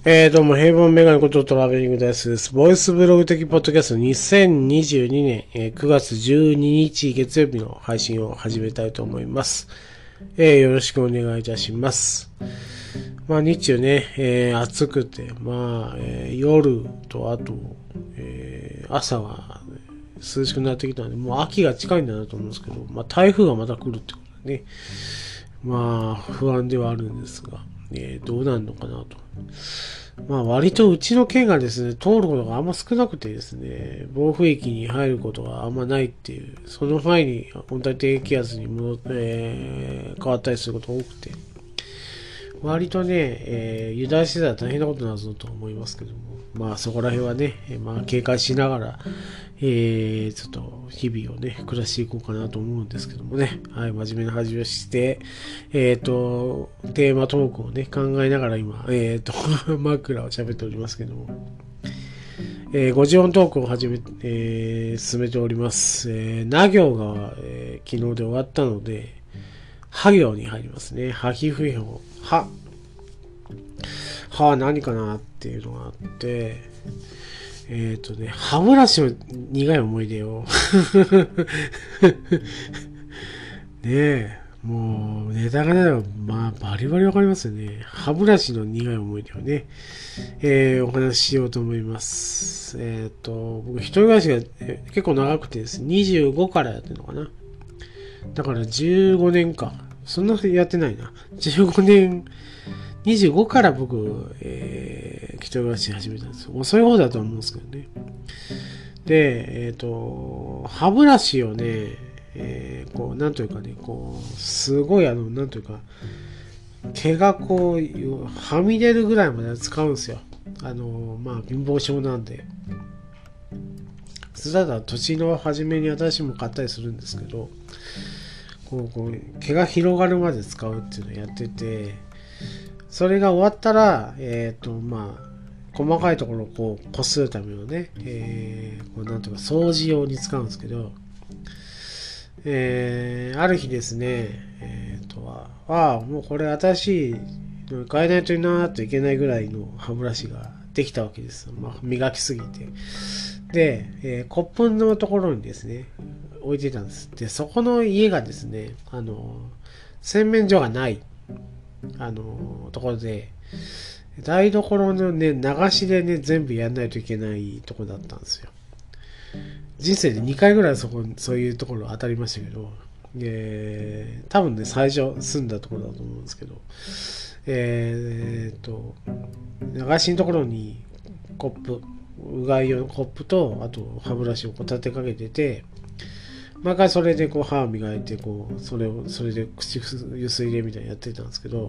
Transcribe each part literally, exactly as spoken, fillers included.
えー、どうも、平凡メガネことトラベリングダイスです。ボイスブログ的ポッドキャストにせんにじゅうにねん、えー、くがつじゅうににち月曜日の配信を始めたいと思います。えー、よろしくお願いいたします。まあ、日中ね、えー、暑くて、まあ、えー、夜とあと、えー、朝は涼しくなってきたので、もう秋が近いんだなと思うんですけど、まあ、台風がまた来るってことでね、まあ、不安ではあるんですが、えー、どうなるのかなと。まあ割とうちの県がですね、通ることがあんま少なくてですね、暴風域に入ることがあんまないっていう、その前に温帯低気圧に戻って、えー、変わったりすることが多くて、割とね、えー、油断してたら大変なことになるぞと思いますけども、まあそこら辺はね、まあ警戒しながら、えー、ちょっと日々をね、暮らしていこうかなと思うんですけどもね、はい、真面目な話をして、えっ、ー、と、テーマトークをね、考えながら今、えっ、ー、と、枕を喋っておりますけども、えー、ごじ音トークを始め、えー、進めております。えー、な行が、えー、昨日で終わったので、は行に入りますね。はひふいほう。は。はは何かなっていうのがあって、えっ、ー、とね、歯ブラシの苦い思い出を。ねえ、もう、ネタがないのは、まあ、バリバリわかりますよね。歯ブラシの苦い思い出をね、えー、お話ししようと思います。えっ、ー、と、僕、一人暮らしが結構長くてですね、にじゅうごからやってるのかな。だからじゅうごねんか。そんなやってないな。じゅうごねん、にじゅうごから僕、えー、一人暮らし始めたんですよ。遅い方だと思うんですけどね。で、えっ、ー、と、歯ブラシをね、えー、こう、なんというかね、こう、すごいあの、なんというか、毛がこう、はみ出るぐらいまで使うんですよ。あの、まあ、貧乏症なんで。それだったら年の初めに新しいもの買ったりするんですけど、こう、こう、毛が広がるまで使うっていうのをやってて、それが終わったら、えっ、ー、と、まあ、細かいところをこう、こするためのね、えー、こうなんとか掃除用に使うんですけど、えー、ある日ですね、えっ、ー、とは、ああ、もうこれ新しいの変えないといなといけないぐらいの歯ブラシができたわけです。まあ、磨きすぎて。で、えー、コップのところにですね、置いてたんです。で、そこの家がですね、あの、洗面所がない、あの、ところで、台所のね、流しでね、全部やんないといけないところだったんですよ。人生でにかいぐらいそこ、そういうところ当たりましたけど、えー、多分ね、最初住んだところだと思うんですけど、えー、っと、流しのところにコップ、うがい用のコップと、あと歯ブラシをこう立てかけてて、毎回それでこう歯を磨いて、こう、それを、それで口ゆすいでみたいなやってたんですけど、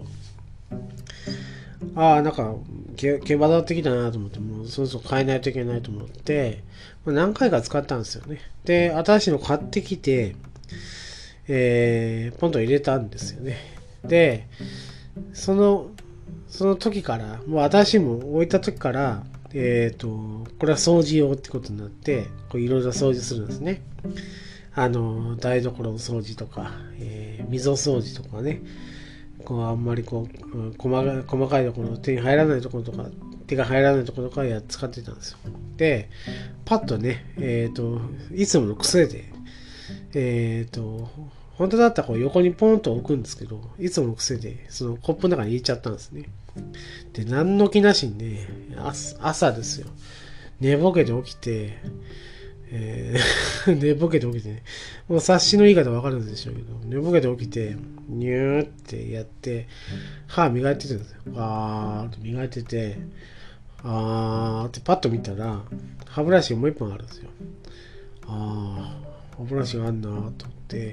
ああ、なんか、毛毛羽立ってきたなと思って、もうそろそろ変えないといけないと思って、何回か使ったんですよね。で、新しいの買ってきて、えー、ポンと入れたんですよね。で、その、その時から、もう新しいもん置いた時から、えっ、ー、と、これは掃除用ってことになって、こういろいろ掃除するんですね。あの、台所の掃除とか、えー、溝掃除とかね、こうあんまりこう、うん、細かい細かいところ、手に入らないところとか、手が入らないところとかや使ってたんですよ。で、パッとね、えっ、ー、と、いつもの癖で、えっ、ー、と、本当だったらこう横にポンと置くんですけど、いつもの癖で、そのコップの中に入れちゃったんですね。で、何の気なしにね、朝ですよ。寝ぼけて起きて、えー、寝ぼけて起きてね、もう察しの言い方わかるんでしょうけど、寝ぼけて起きて、ニューってやって、歯磨いてるんですよ。あーって磨いてて、あーってパッと見たら、歯ブラシがもう一本あるんですよ。あー、歯ブラシがあんなと思って、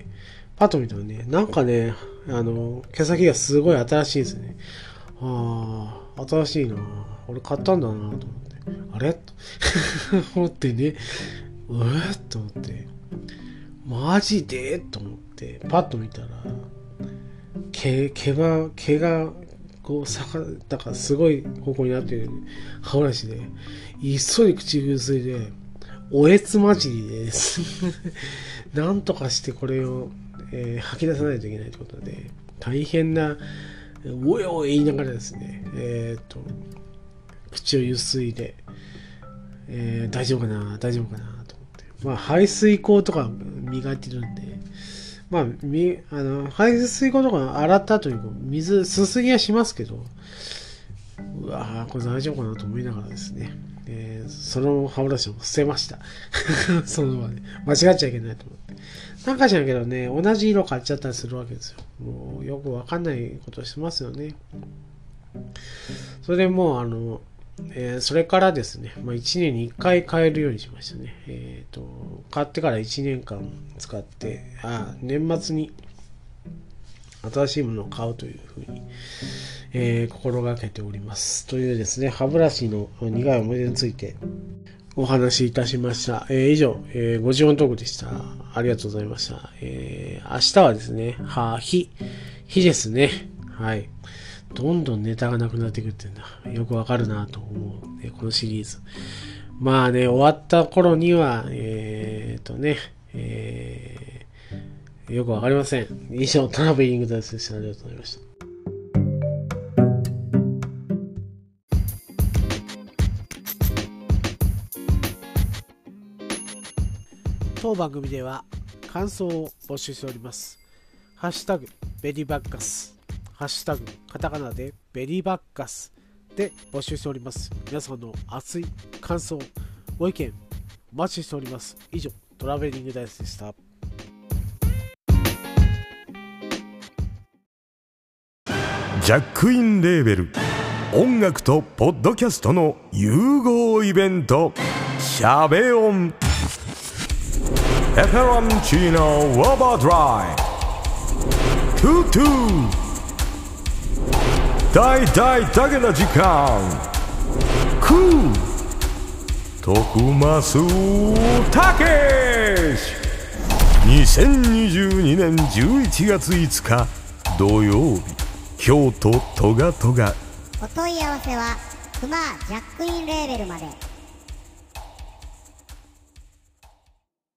パッと見たらね、なんかね、あの、毛先がすごい新しいですね。あー、新しいな。俺買ったんだなと思って。あれと思ってね、うーっと思って、マジでと思って、パッと見たら、毛、毛が、毛が、こう、さか、だからすごい方向になってる歯ブラシで、急いで口ゆすいで、おえつまじりです。なんとかしてこれを、えー、吐き出さないといけないということで、大変な、おえおえ言いながらですね、えー、っと、 口をゆすいで、えー、大丈夫かな大丈夫かなと思って、まあ排水口とか磨いてるんで、まあみあの排水口とか洗った後にこう水すすぎはしますけど、うわーこれ大丈夫かなと思いながらですね、えー、その歯ブラシを捨てましたその場で間違っちゃいけないと思って、なんかしらんけどね、同じ色買っちゃったりするわけですよ。もうよくわかんないことしてますよね。それでもうあの、えー、それからですね、まあ、いちねんにいっかい買えるようにしましたね。えっと買ってからいちねんかん使って、あ年末に新しいものを買うというふうに、えー、心がけております。というですね、歯ブラシの苦い思い出についてお話しいたしました。えー、以上、えー、ごじよんトークでした。ありがとうございました。えー、明日はですね、は、ひ、ひですね。はい。どんどんネタがなくなってくるってんだ。よくわかるなと思う、ね、このシリーズ。まあね、終わった頃には、えーとね、えー、よくわかりません。以上、トラベリングダイスでした。ありがとうございました。当番組では感想を募集しております。ハッシュタグベリーバッカス、ハッシュタグカタカナでベリーバッカスで募集しております。皆さんの熱い感想、ご意見お待ちしております。以上、トラベリングダイスでした。 ジャックインレーベル音楽とポッドキャストの融合イベント、シャベオンペペロンチーノウォーバードライトゥトゥ大大だけな時間クー徳増たけしにせんにじゅうにねんじゅういちがついつか土曜日、京都トガトガ。 お問い合わせはクマジャックインレーベルまで。